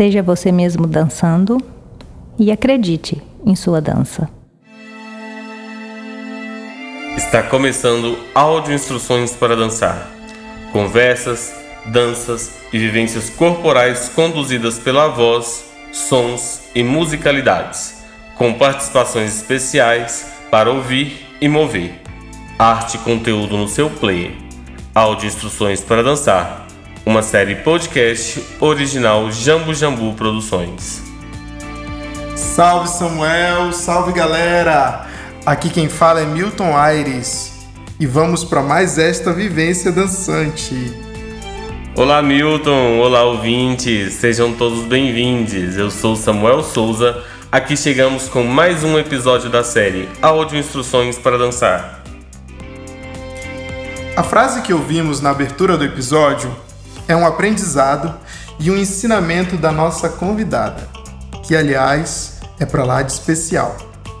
Seja você mesmo dançando e acredite em sua dança. Está começando Áudio Instruções para Dançar. Conversas, danças e vivências corporais conduzidas pela voz, sons e musicalidades, com participações especiais para ouvir e mover. Arte e conteúdo no seu player. Áudio Instruções para Dançar. Uma série podcast original Jambu Jambu Produções. Salve Samuel, salve galera! Aqui quem fala é Milton Aires e vamos para mais esta vivência dançante. Olá Milton, olá ouvintes, sejam todos bem-vindos. Eu sou Samuel Souza, aqui chegamos com mais um episódio da série Áudio Instruções para Dançar. A frase que ouvimos na abertura do episódio é um aprendizado e um ensinamento da nossa convidada, que aliás é pra lá de especial.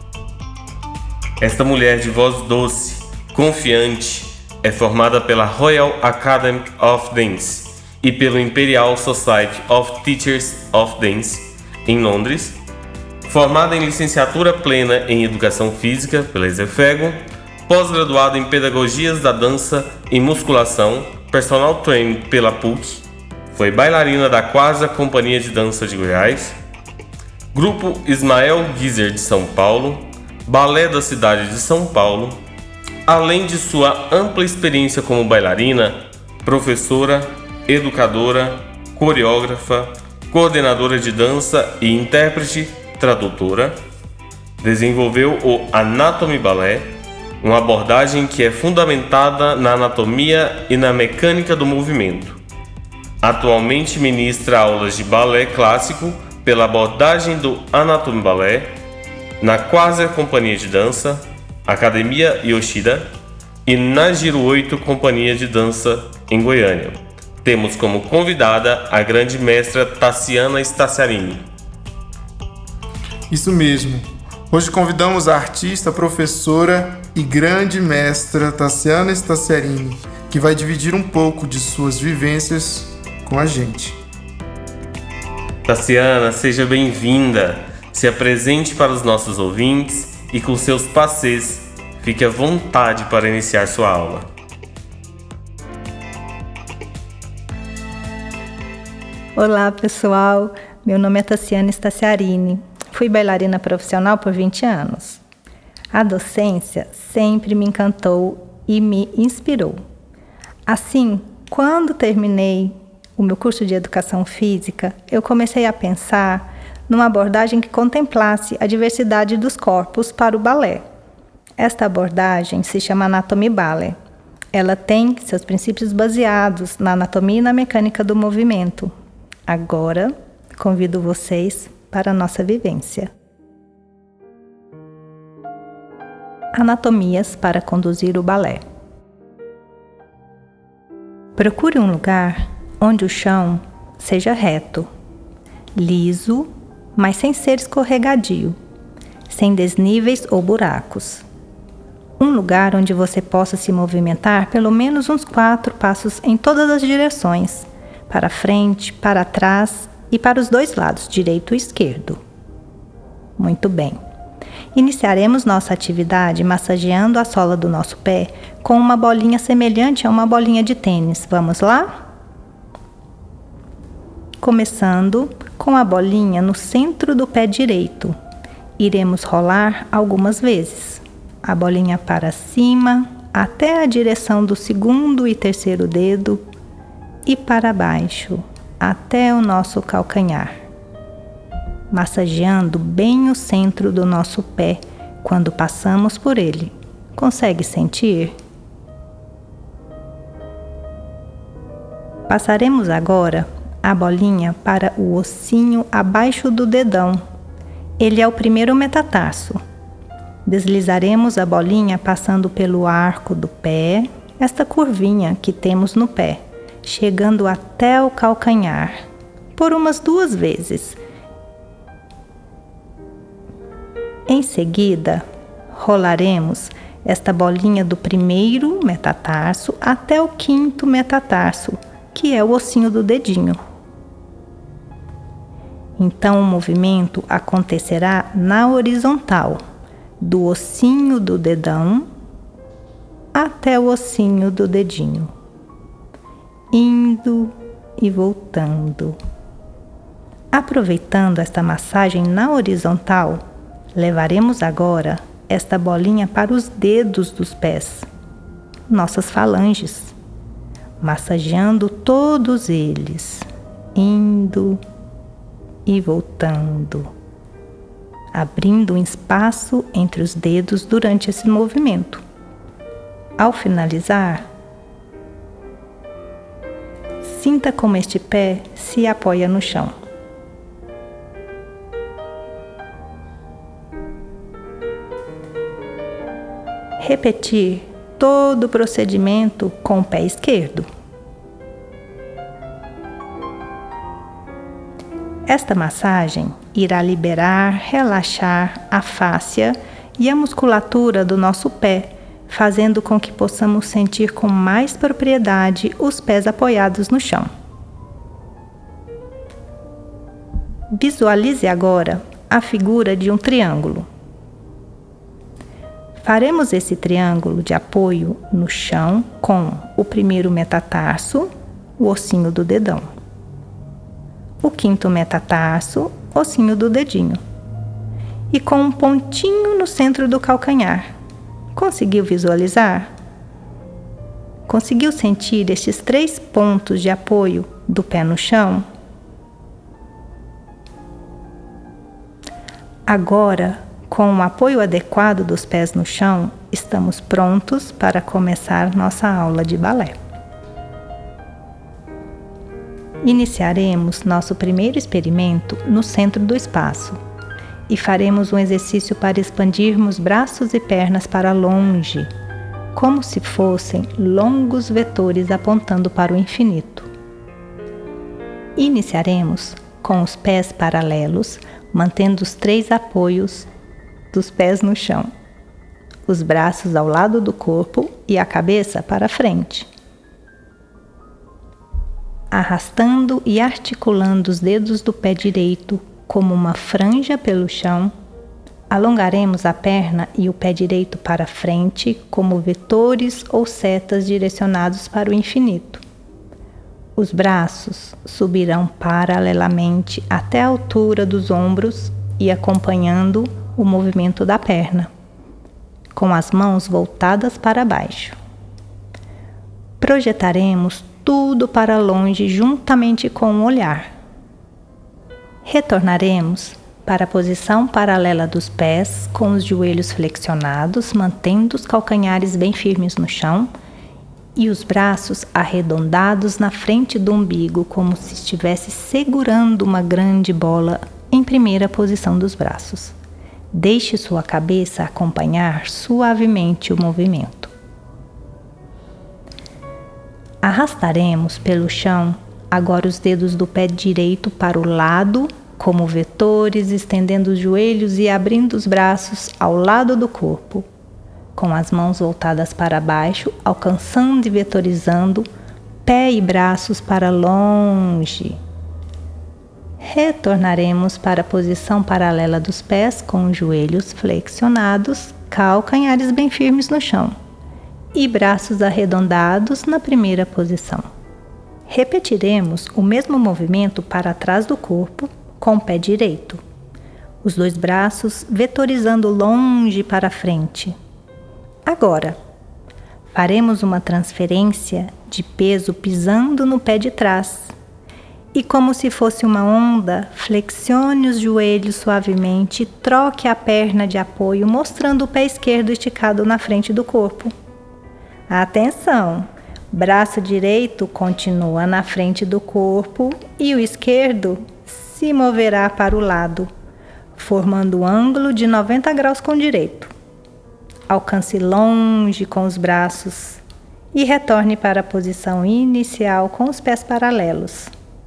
Esta mulher de voz doce, confiante, é formada pela Royal Academy of Dance e pelo Imperial Society of Teachers of Dance, em Londres. Formada em licenciatura plena em Educação Física pela Ezefego, pós-graduada em Pedagogias da Dança e Musculação, Personal Training pela PUC, foi bailarina da Quasa Companhia de Dança de Goiás, Grupo Ismael Guizer de São Paulo, Balé da cidade de São Paulo, além de sua ampla experiência como bailarina, professora, educadora, coreógrafa, coordenadora de dança e intérprete, tradutora. Desenvolveu o Anatomy Ballet, uma abordagem que é fundamentada na anatomia e na mecânica do movimento. Atualmente ministra aulas de balé clássico pela abordagem do Anatomy Ballet, na Quasa Companhia de Dança, Academia Yoshida e na Giro 8 Companhia de Dança em Goiânia. Temos como convidada a grande mestra Tassiana Staciarini. Isso mesmo. Hoje convidamos a artista, professora e grande mestra Tassiana Staciarini, que vai dividir um pouco de suas vivências com a gente. Tassiana, seja bem-vinda. Se apresente para os nossos ouvintes e com seus passês, fique à vontade para iniciar sua aula. Olá pessoal, meu nome é Tassiana Staciarini. Fui bailarina profissional por 20 anos. A docência sempre me encantou e me inspirou. Assim, quando terminei o meu curso de Educação Física, eu comecei a pensar numa abordagem que contemplasse a diversidade dos corpos para o balé. Esta abordagem se chama Anatomy Ballet. Ela tem seus princípios baseados na anatomia e na mecânica do movimento. Agora, convido vocês para a nossa vivência. Anatomias para conduzir o balé. Procure um lugar onde o chão seja reto, liso, mas sem ser escorregadio, sem desníveis ou buracos. Um lugar onde você possa se movimentar pelo menos uns 4 passos em todas as direções, para frente, para trás e para os dois lados, direito e esquerdo. Muito bem. Iniciaremos nossa atividade massageando a sola do nosso pé com uma bolinha semelhante a uma bolinha de tênis. Vamos lá? Começando com a bolinha no centro do pé direito. Iremos rolar algumas vezes. A bolinha para cima, até a direção do segundo e terceiro dedo e para baixo, até o nosso calcanhar. Massageando bem o centro do nosso pé quando passamos por ele. Consegue sentir? Passaremos agora a bolinha para o ossinho abaixo do dedão. Ele é o primeiro metatarso. Deslizaremos a bolinha passando pelo arco do pé, esta curvinha que temos no pé, chegando até o calcanhar, por umas 2 vezes. Em seguida, rolaremos esta bolinha do primeiro metatarso até o 5º metatarso, que é o ossinho do dedinho. Então o movimento acontecerá na horizontal, do ossinho do dedão até o ossinho do dedinho, indo e voltando. Aproveitando esta massagem na horizontal, levaremos agora esta bolinha para os dedos dos pés, nossas falanges, massageando todos eles, indo e voltando, abrindo um espaço entre os dedos durante esse movimento. Ao finalizar, sinta como este pé se apoia no chão. Repetir todo o procedimento com o pé esquerdo. Esta massagem irá liberar, relaxar a fáscia e a musculatura do nosso pé, fazendo com que possamos sentir com mais propriedade os pés apoiados no chão. Visualize agora a figura de um triângulo. Faremos esse triângulo de apoio no chão com o primeiro metatarso, o ossinho do dedão. O quinto metatarso, ossinho do dedinho. E com um pontinho no centro do calcanhar. Conseguiu visualizar? Conseguiu sentir estes 3 pontos de apoio do pé no chão? Agora, com o apoio adequado dos pés no chão, estamos prontos para começar nossa aula de balé. Iniciaremos nosso primeiro experimento no centro do espaço e faremos um exercício para expandirmos braços e pernas para longe, como se fossem longos vetores apontando para o infinito. Iniciaremos com os pés paralelos, mantendo os 3 apoios dos pés no chão, os braços ao lado do corpo e a cabeça para frente. Arrastando e articulando os dedos do pé direito como uma franja pelo chão, alongaremos a perna e o pé direito para frente como vetores ou setas direcionados para o infinito. Os braços subirão paralelamente até a altura dos ombros e acompanhando o movimento da perna, com as mãos voltadas para baixo. Projetaremos tudo para longe juntamente com o olhar. Retornaremos para a posição paralela dos pés, com os joelhos flexionados, mantendo os calcanhares bem firmes no chão e os braços arredondados na frente do umbigo, como se estivesse segurando uma grande bola em primeira posição dos braços. Deixe sua cabeça acompanhar suavemente o movimento. Arrastaremos pelo chão agora os dedos do pé direito para o lado, como vetores, estendendo os joelhos e abrindo os braços ao lado do corpo, com as mãos voltadas para baixo, alcançando e vetorizando pé e braços para longe. Retornaremos para a posição paralela dos pés, com os joelhos flexionados, calcanhares bem firmes no chão e braços arredondados na primeira posição. Repetiremos o mesmo movimento para trás do corpo com o pé direito, os 2 braços vetorizando longe para frente. Agora, faremos uma transferência de peso pisando no pé de trás e, como se fosse uma onda, flexione os joelhos suavemente e troque a perna de apoio, mostrando o pé esquerdo esticado na frente do corpo. Atenção! Braço direito continua na frente do corpo e o esquerdo se moverá para o lado, formando um ângulo de 90 graus com o direito. Alcance longe com os braços e retorne para a posição inicial com os pés paralelos.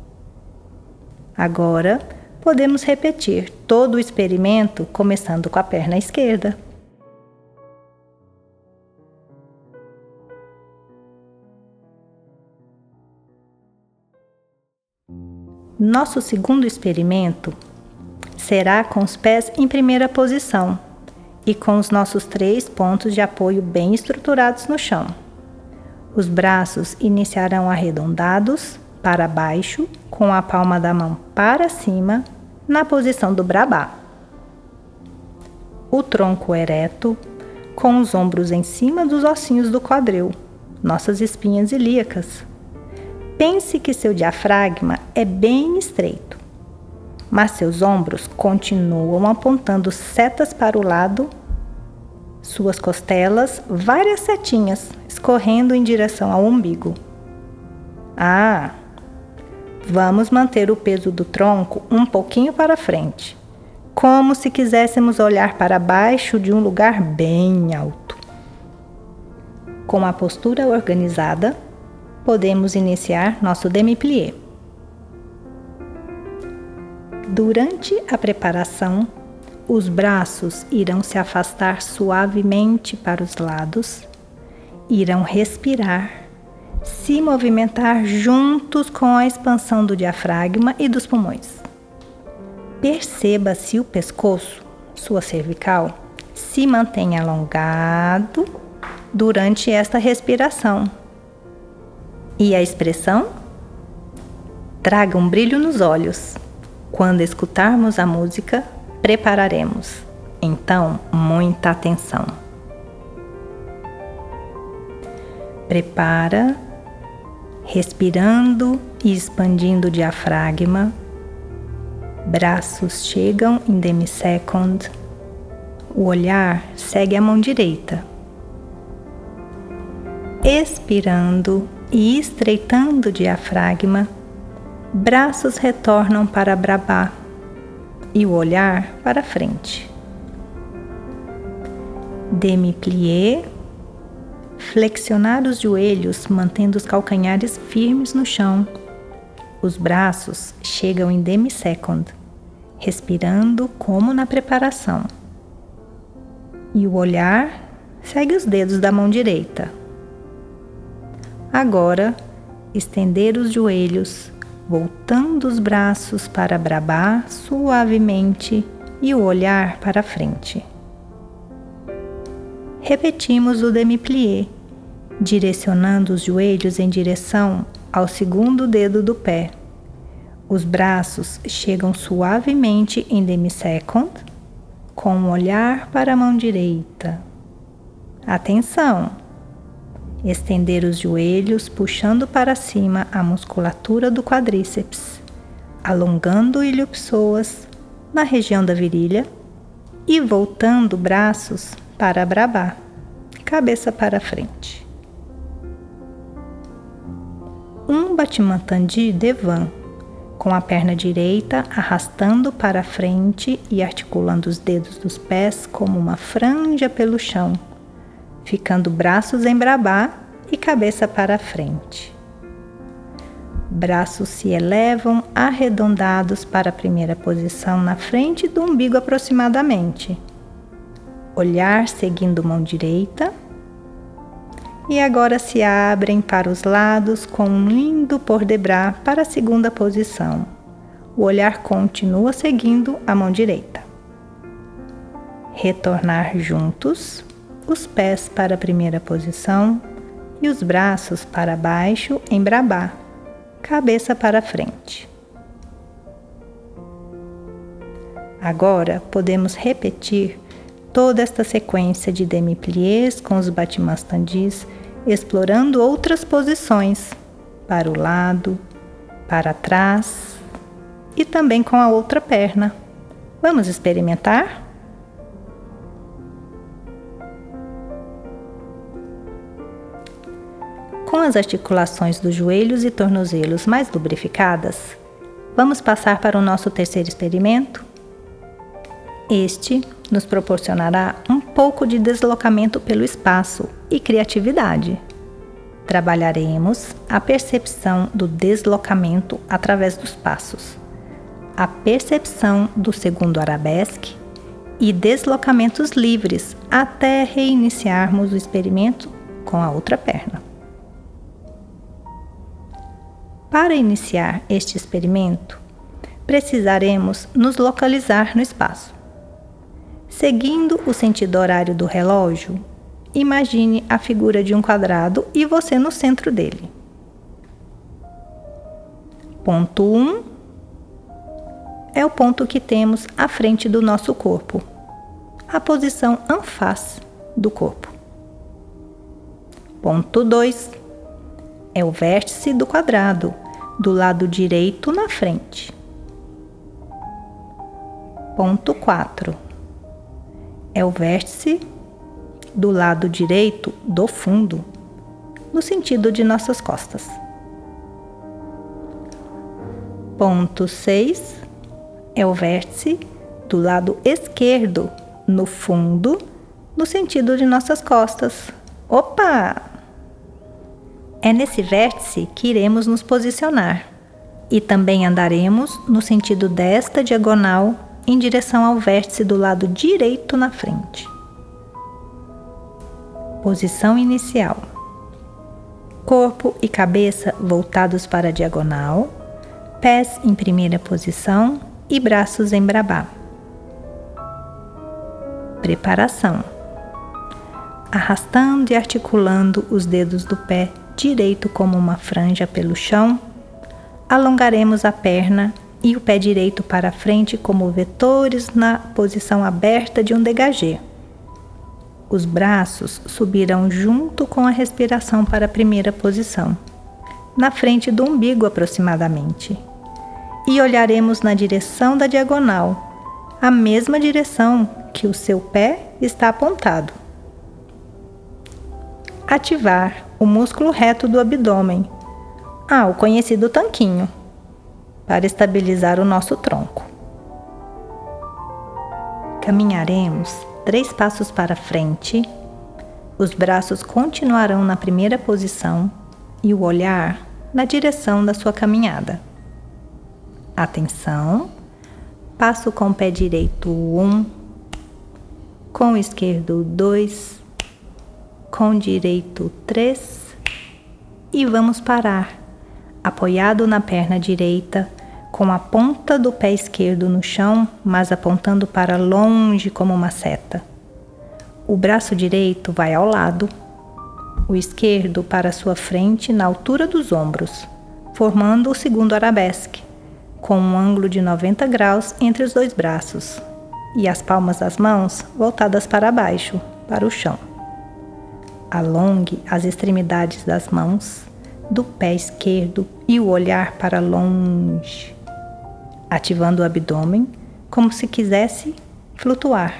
Agora, podemos repetir todo o experimento começando com a perna esquerda. Nosso segundo experimento será com os pés em primeira posição e com os nossos 3 pontos de apoio bem estruturados no chão. Os braços iniciarão arredondados para baixo, com a palma da mão para cima, na posição do brabá. O tronco ereto, com os ombros em cima dos ossinhos do quadril, nossas espinhas ilíacas. Pense que seu diafragma é bem estreito, mas seus ombros continuam apontando setas para o lado, suas costelas, várias setinhas, escorrendo em direção ao umbigo. Vamos manter o peso do tronco um pouquinho para frente, como se quiséssemos olhar para baixo de um lugar bem alto. Com a postura organizada, podemos iniciar nosso demi-plié. Durante a preparação, os braços irão se afastar suavemente para os lados, irão respirar, se movimentar juntos com a expansão do diafragma e dos pulmões. Perceba se o pescoço, sua cervical, se mantém alongado durante esta respiração. E a expressão? Traga um brilho nos olhos. Quando escutarmos a música, prepararemos. Então, muita atenção. Prepara, respirando e expandindo o diafragma. Braços chegam em demi-second. O olhar segue a mão direita. Expirando e estreitando o diafragma, braços retornam para brabá e o olhar para frente. Demi-plié, flexionar os joelhos mantendo os calcanhares firmes no chão. Os braços chegam em demi-second, respirando como na preparação. E o olhar segue os dedos da mão direita. Agora, estender os joelhos, voltando os braços para brabá suavemente e o olhar para frente. Repetimos o demi-plié, direcionando os joelhos em direção ao segundo dedo do pé. Os braços chegam suavemente em demi-second, com o olhar para a mão direita. Atenção! Estender os joelhos, puxando para cima a musculatura do quadríceps, alongando o ilho-psoas na região da virilha e voltando braços para brabá, cabeça para frente. Um Batimantandy Devan, com a perna direita arrastando para frente e articulando os dedos dos pés como uma franja pelo chão, ficando braços em brabá e cabeça para frente. Braços se elevam arredondados para a primeira posição na frente do umbigo aproximadamente. Olhar seguindo mão direita. E agora se abrem para os lados com um lindo port de bras para a segunda posição. O olhar continua seguindo a mão direita. Retornar juntos. Os pés para a primeira posição e os braços para baixo em brabá, cabeça para frente. Agora podemos repetir toda esta sequência de demi-pliés com os Batimastandis, explorando outras posições, para o lado, para trás e também com a outra perna. Vamos experimentar? Com as articulações dos joelhos e tornozelos mais lubrificadas, vamos passar para o nosso terceiro experimento. Este nos proporcionará um pouco de deslocamento pelo espaço e criatividade. Trabalharemos a percepção do deslocamento através dos passos, a percepção do segundo arabesque e deslocamentos livres até reiniciarmos o experimento com a outra perna. Para iniciar este experimento, precisaremos nos localizar no espaço. Seguindo o sentido horário do relógio, imagine a figura de um quadrado e você no centro dele. Ponto 1 é o ponto que temos à frente do nosso corpo, a posição anfaz do corpo. Ponto 2 é o vértice do quadrado, do lado direito na frente. Ponto 4 é o vértice do lado direito do fundo, no sentido de nossas costas. Ponto 6 é o vértice do lado esquerdo, no fundo, no sentido de nossas costas. Opa! É nesse vértice que iremos nos posicionar e também andaremos no sentido desta diagonal em direção ao vértice do lado direito na frente. Posição inicial: corpo e cabeça voltados para a diagonal, pés em primeira posição e braços em brabá. Preparação: arrastando e articulando os dedos do pé direito como uma franja pelo chão, alongaremos a perna e o pé direito para frente como vetores na posição aberta de um dégagé. Os braços subirão junto com a respiração para a primeira posição, na frente do umbigo aproximadamente, e olharemos na direção da diagonal, a mesma direção que o seu pé está apontado. Ativar o músculo reto do abdômen, o conhecido tanquinho, para estabilizar o nosso tronco. Caminharemos 3 passos para frente, os braços continuarão na primeira posição e o olhar na direção da sua caminhada. Atenção! Passo com o pé direito 1, com o esquerdo 2, com o direito 3 e vamos parar, apoiado na perna direita, com a ponta do pé esquerdo no chão, mas apontando para longe como uma seta. O braço direito vai ao lado, o esquerdo para sua frente na altura dos ombros, formando o segundo arabesque, com um ângulo de 90 graus entre os 2 braços, e as palmas das mãos voltadas para baixo, para o chão. Alongue as extremidades das mãos, do pé esquerdo e o olhar para longe, ativando o abdômen como se quisesse flutuar.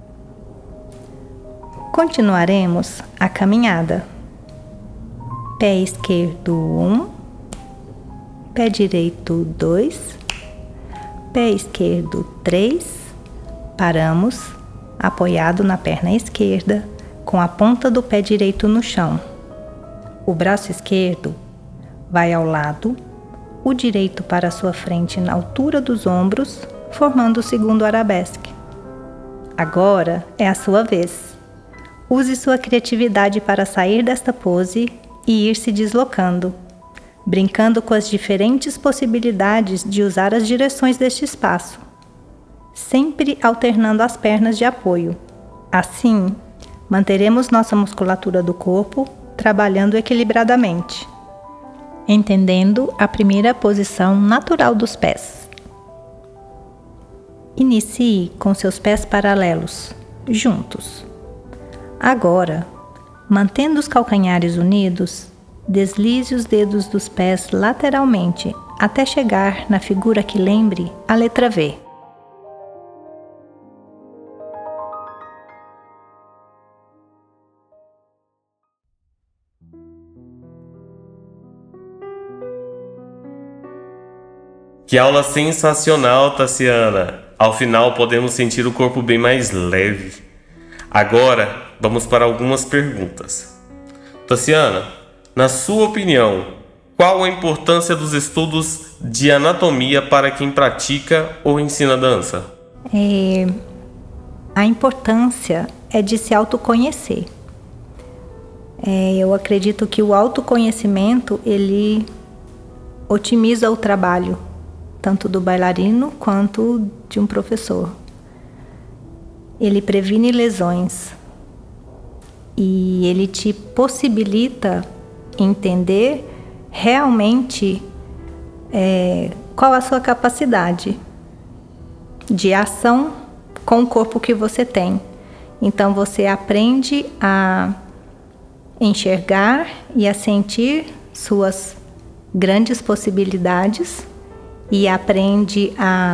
Continuaremos a caminhada. Pé esquerdo 1, pé direito 2, pé esquerdo 3, paramos, apoiado na perna esquerda, com a ponta do pé direito no chão. O braço esquerdo vai ao lado, o direito para sua frente na altura dos ombros, formando o segundo arabesque. Agora é a sua vez. Use sua criatividade para sair desta pose e ir se deslocando, brincando com as diferentes possibilidades de usar as direções deste espaço, sempre alternando as pernas de apoio. Assim, manteremos nossa musculatura do corpo trabalhando equilibradamente, entendendo a primeira posição natural dos pés. Inicie com seus pés paralelos, juntos. Agora, mantendo os calcanhares unidos, deslize os dedos dos pés lateralmente até chegar na figura que lembre a letra V. Que aula sensacional, Tassiana! Ao final podemos sentir o corpo bem mais leve. Agora, vamos para algumas perguntas. Tassiana, na sua opinião, qual a importância dos estudos de anatomia para quem pratica ou ensina dança? A importância é de se autoconhecer. Eu acredito que o autoconhecimento, ele otimiza o trabalho tanto do bailarino quanto de um professor. Ele previne lesões e ele te possibilita entender realmente qual a sua capacidade de ação com o corpo que você tem. Então você aprende a enxergar e a sentir suas grandes possibilidades e aprende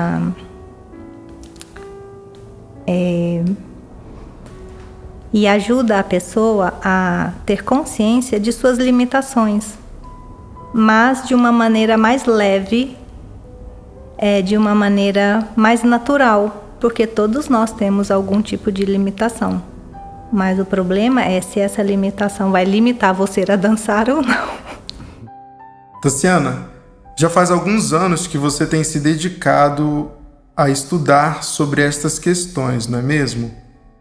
e ajuda a pessoa a ter consciência de suas limitações, mas de uma maneira mais leve, de uma maneira mais natural, porque todos nós temos algum tipo de limitação. Mas o problema é se essa limitação vai limitar você a dançar ou não. Tassiana, já faz alguns anos que você tem se dedicado a estudar sobre estas questões, não é mesmo?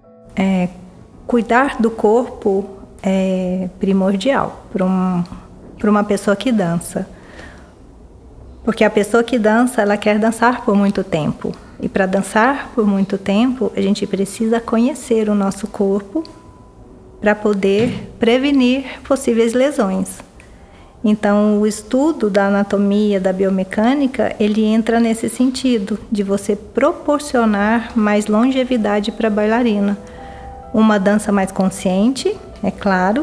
Cuidar do corpo é primordial para uma pessoa que dança. Porque a pessoa que dança, ela quer dançar por muito tempo. E para dançar por muito tempo, a gente precisa conhecer o nosso corpo para poder prevenir possíveis lesões. Então, o estudo da anatomia, da biomecânica, ele entra nesse sentido, de você proporcionar mais longevidade para a bailarina. Uma dança mais consciente, é claro,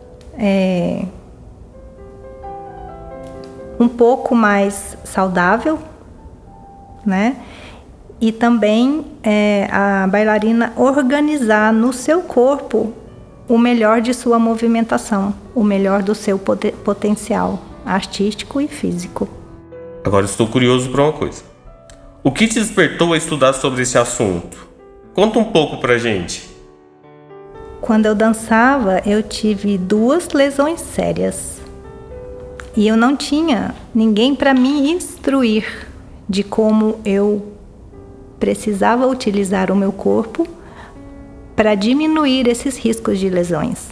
um pouco mais saudável, né? E também a bailarina organizar no seu corpo o melhor de sua movimentação, o melhor do seu potencial artístico e físico. Agora estou curioso para uma coisa. O que te despertou a estudar sobre esse assunto? Conta um pouco pra gente. Quando eu dançava, eu tive 2 lesões sérias. E eu não tinha ninguém para me instruir de como eu precisava utilizar o meu corpo para diminuir esses riscos de lesões.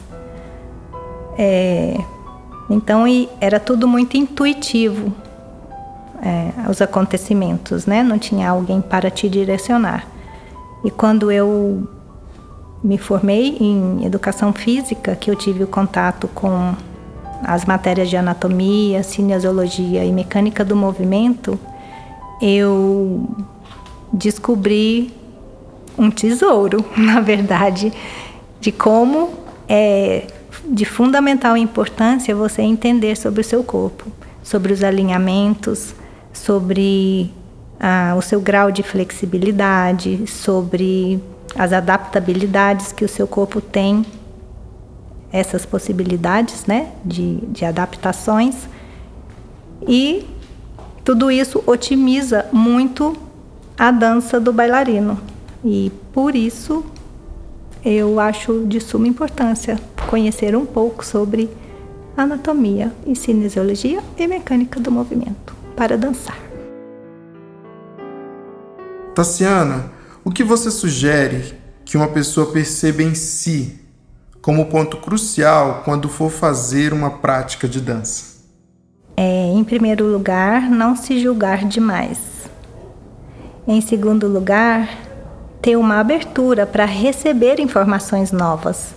Então, era tudo muito intuitivo, os acontecimentos, né? Não tinha alguém para te direcionar. E quando eu me formei em educação física, que eu tive o contato com as matérias de anatomia, cinesiologia e mecânica do movimento, eu descobri um tesouro, na verdade, de como é de fundamental importância você entender sobre o seu corpo, sobre os alinhamentos, sobre o seu grau de flexibilidade, sobre as adaptabilidades que o seu corpo tem, essas possibilidades, né, de adaptações. E tudo isso otimiza muito a dança do bailarino. E por isso eu acho de suma importância conhecer um pouco sobre anatomia e cinesiologia e mecânica do movimento para dançar. Tassiana, o que você sugere que uma pessoa perceba em si como ponto crucial quando for fazer uma prática de dança? Em primeiro lugar, não se julgar demais. Em segundo lugar, ter uma abertura para receber informações novas.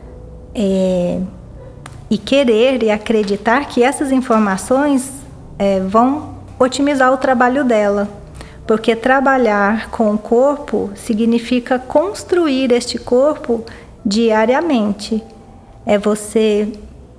E querer e acreditar que essas informações vão otimizar o trabalho dela. Porque trabalhar com o corpo significa construir este corpo diariamente. É você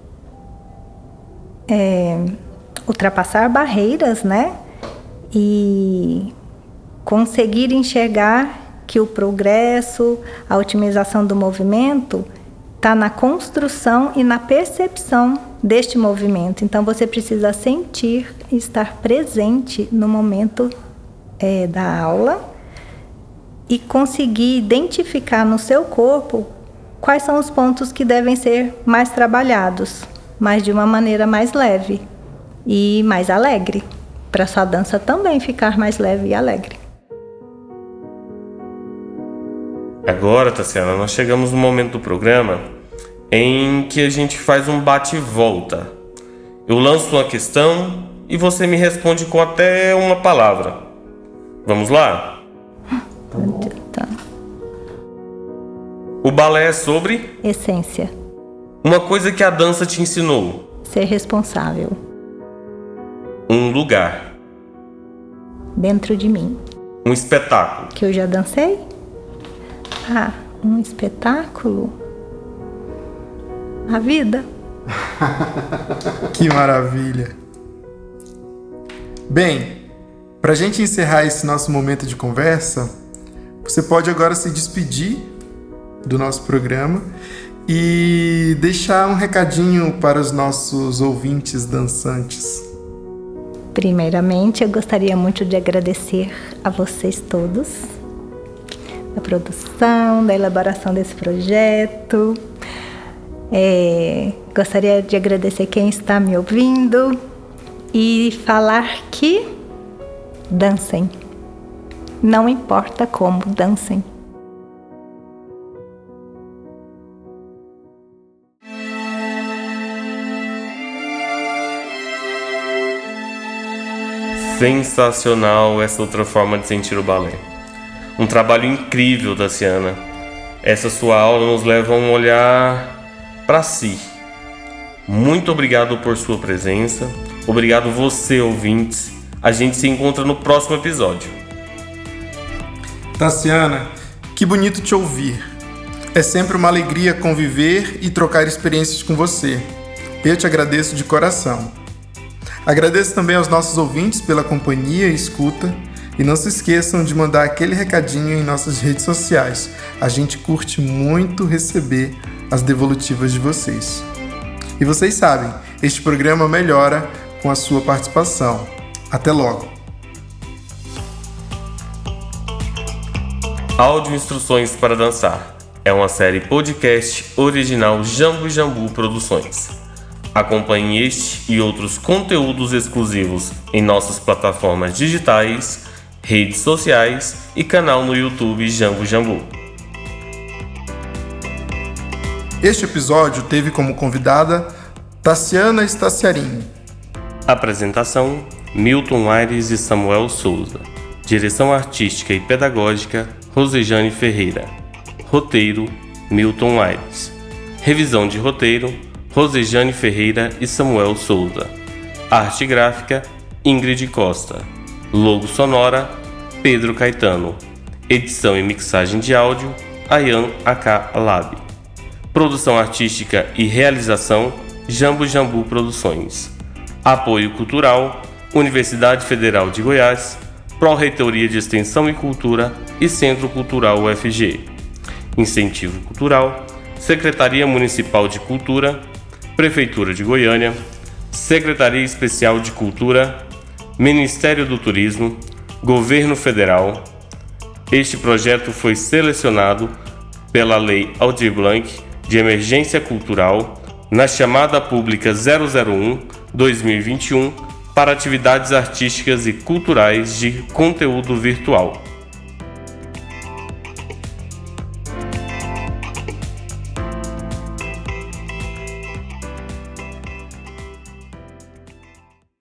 ultrapassar barreiras, né? E conseguir enxergar que o progresso, a otimização do movimento está na construção e na percepção deste movimento. Então você precisa sentir e estar presente no momento da aula e conseguir identificar no seu corpo quais são os pontos que devem ser mais trabalhados, mas de uma maneira mais leve e mais alegre, para sua dança também ficar mais leve e alegre. Agora, Tassiana, nós chegamos no momento do programa em que a gente faz um bate e volta. Eu lanço uma questão e você me responde com até uma palavra. Vamos lá? Tá. O balé é sobre Essência. uma coisa que a dança te ensinou. Ser responsável. Um lugar. Dentro de mim. Um espetáculo. Que eu já dancei? Um espetáculo? A vida. Que maravilha! Bem, para a gente encerrar esse nosso momento de conversa, você pode agora se despedir do nosso programa e deixar um recadinho para os nossos ouvintes dançantes. Primeiramente, eu gostaria muito de agradecer a vocês todos, da produção, da elaboração desse projeto. Gostaria de agradecer quem está me ouvindo e falar que dancem. Não importa como, dancem. Sensacional essa outra forma de sentir o balé. Um trabalho incrível, Tassiana. Essa sua aula nos leva a um olhar para si. Muito obrigado por sua presença. Obrigado você, ouvintes. A gente se encontra no próximo episódio. Tassiana, que bonito te ouvir. É sempre uma alegria conviver e trocar experiências com você. Eu te agradeço de coração. Agradeço também aos nossos ouvintes pela companhia e escuta. E não se esqueçam de mandar aquele recadinho em nossas redes sociais. A gente curte muito receber as devolutivas de vocês. E vocês sabem, este programa melhora com a sua participação. Até logo! Áudio Instruções para Dançar é uma série podcast original Jambu Jambu Produções. Acompanhe este e outros conteúdos exclusivos em nossas plataformas digitais, redes sociais e canal no YouTube Jambu Jambu. Este episódio teve como convidada Tassiana Staciarini. Apresentação: Milton Aires e Samuel Souza. Direção artística e pedagógica: Rosejane Ferreira. Roteiro: Milton Aires. Revisão de roteiro: Rosejane Ferreira e Samuel Souza. Arte gráfica: Ingrid Costa. Logo sonora: Pedro Caetano. Edição e mixagem de áudio: Ayan AK Lab. Produção artística e realização: Jambu Jambu Produções. Apoio cultural: Universidade Federal de Goiás, Pró-Reitoria de Extensão e Cultura e Centro Cultural UFG. Incentivo cultural: Secretaria Municipal de Cultura, Prefeitura de Goiânia, Secretaria Especial de Cultura, Ministério do Turismo, Governo Federal. Este projeto foi selecionado pela Lei Aldir Blanc de Emergência Cultural na chamada pública 001/2021 para atividades artísticas e culturais de conteúdo virtual.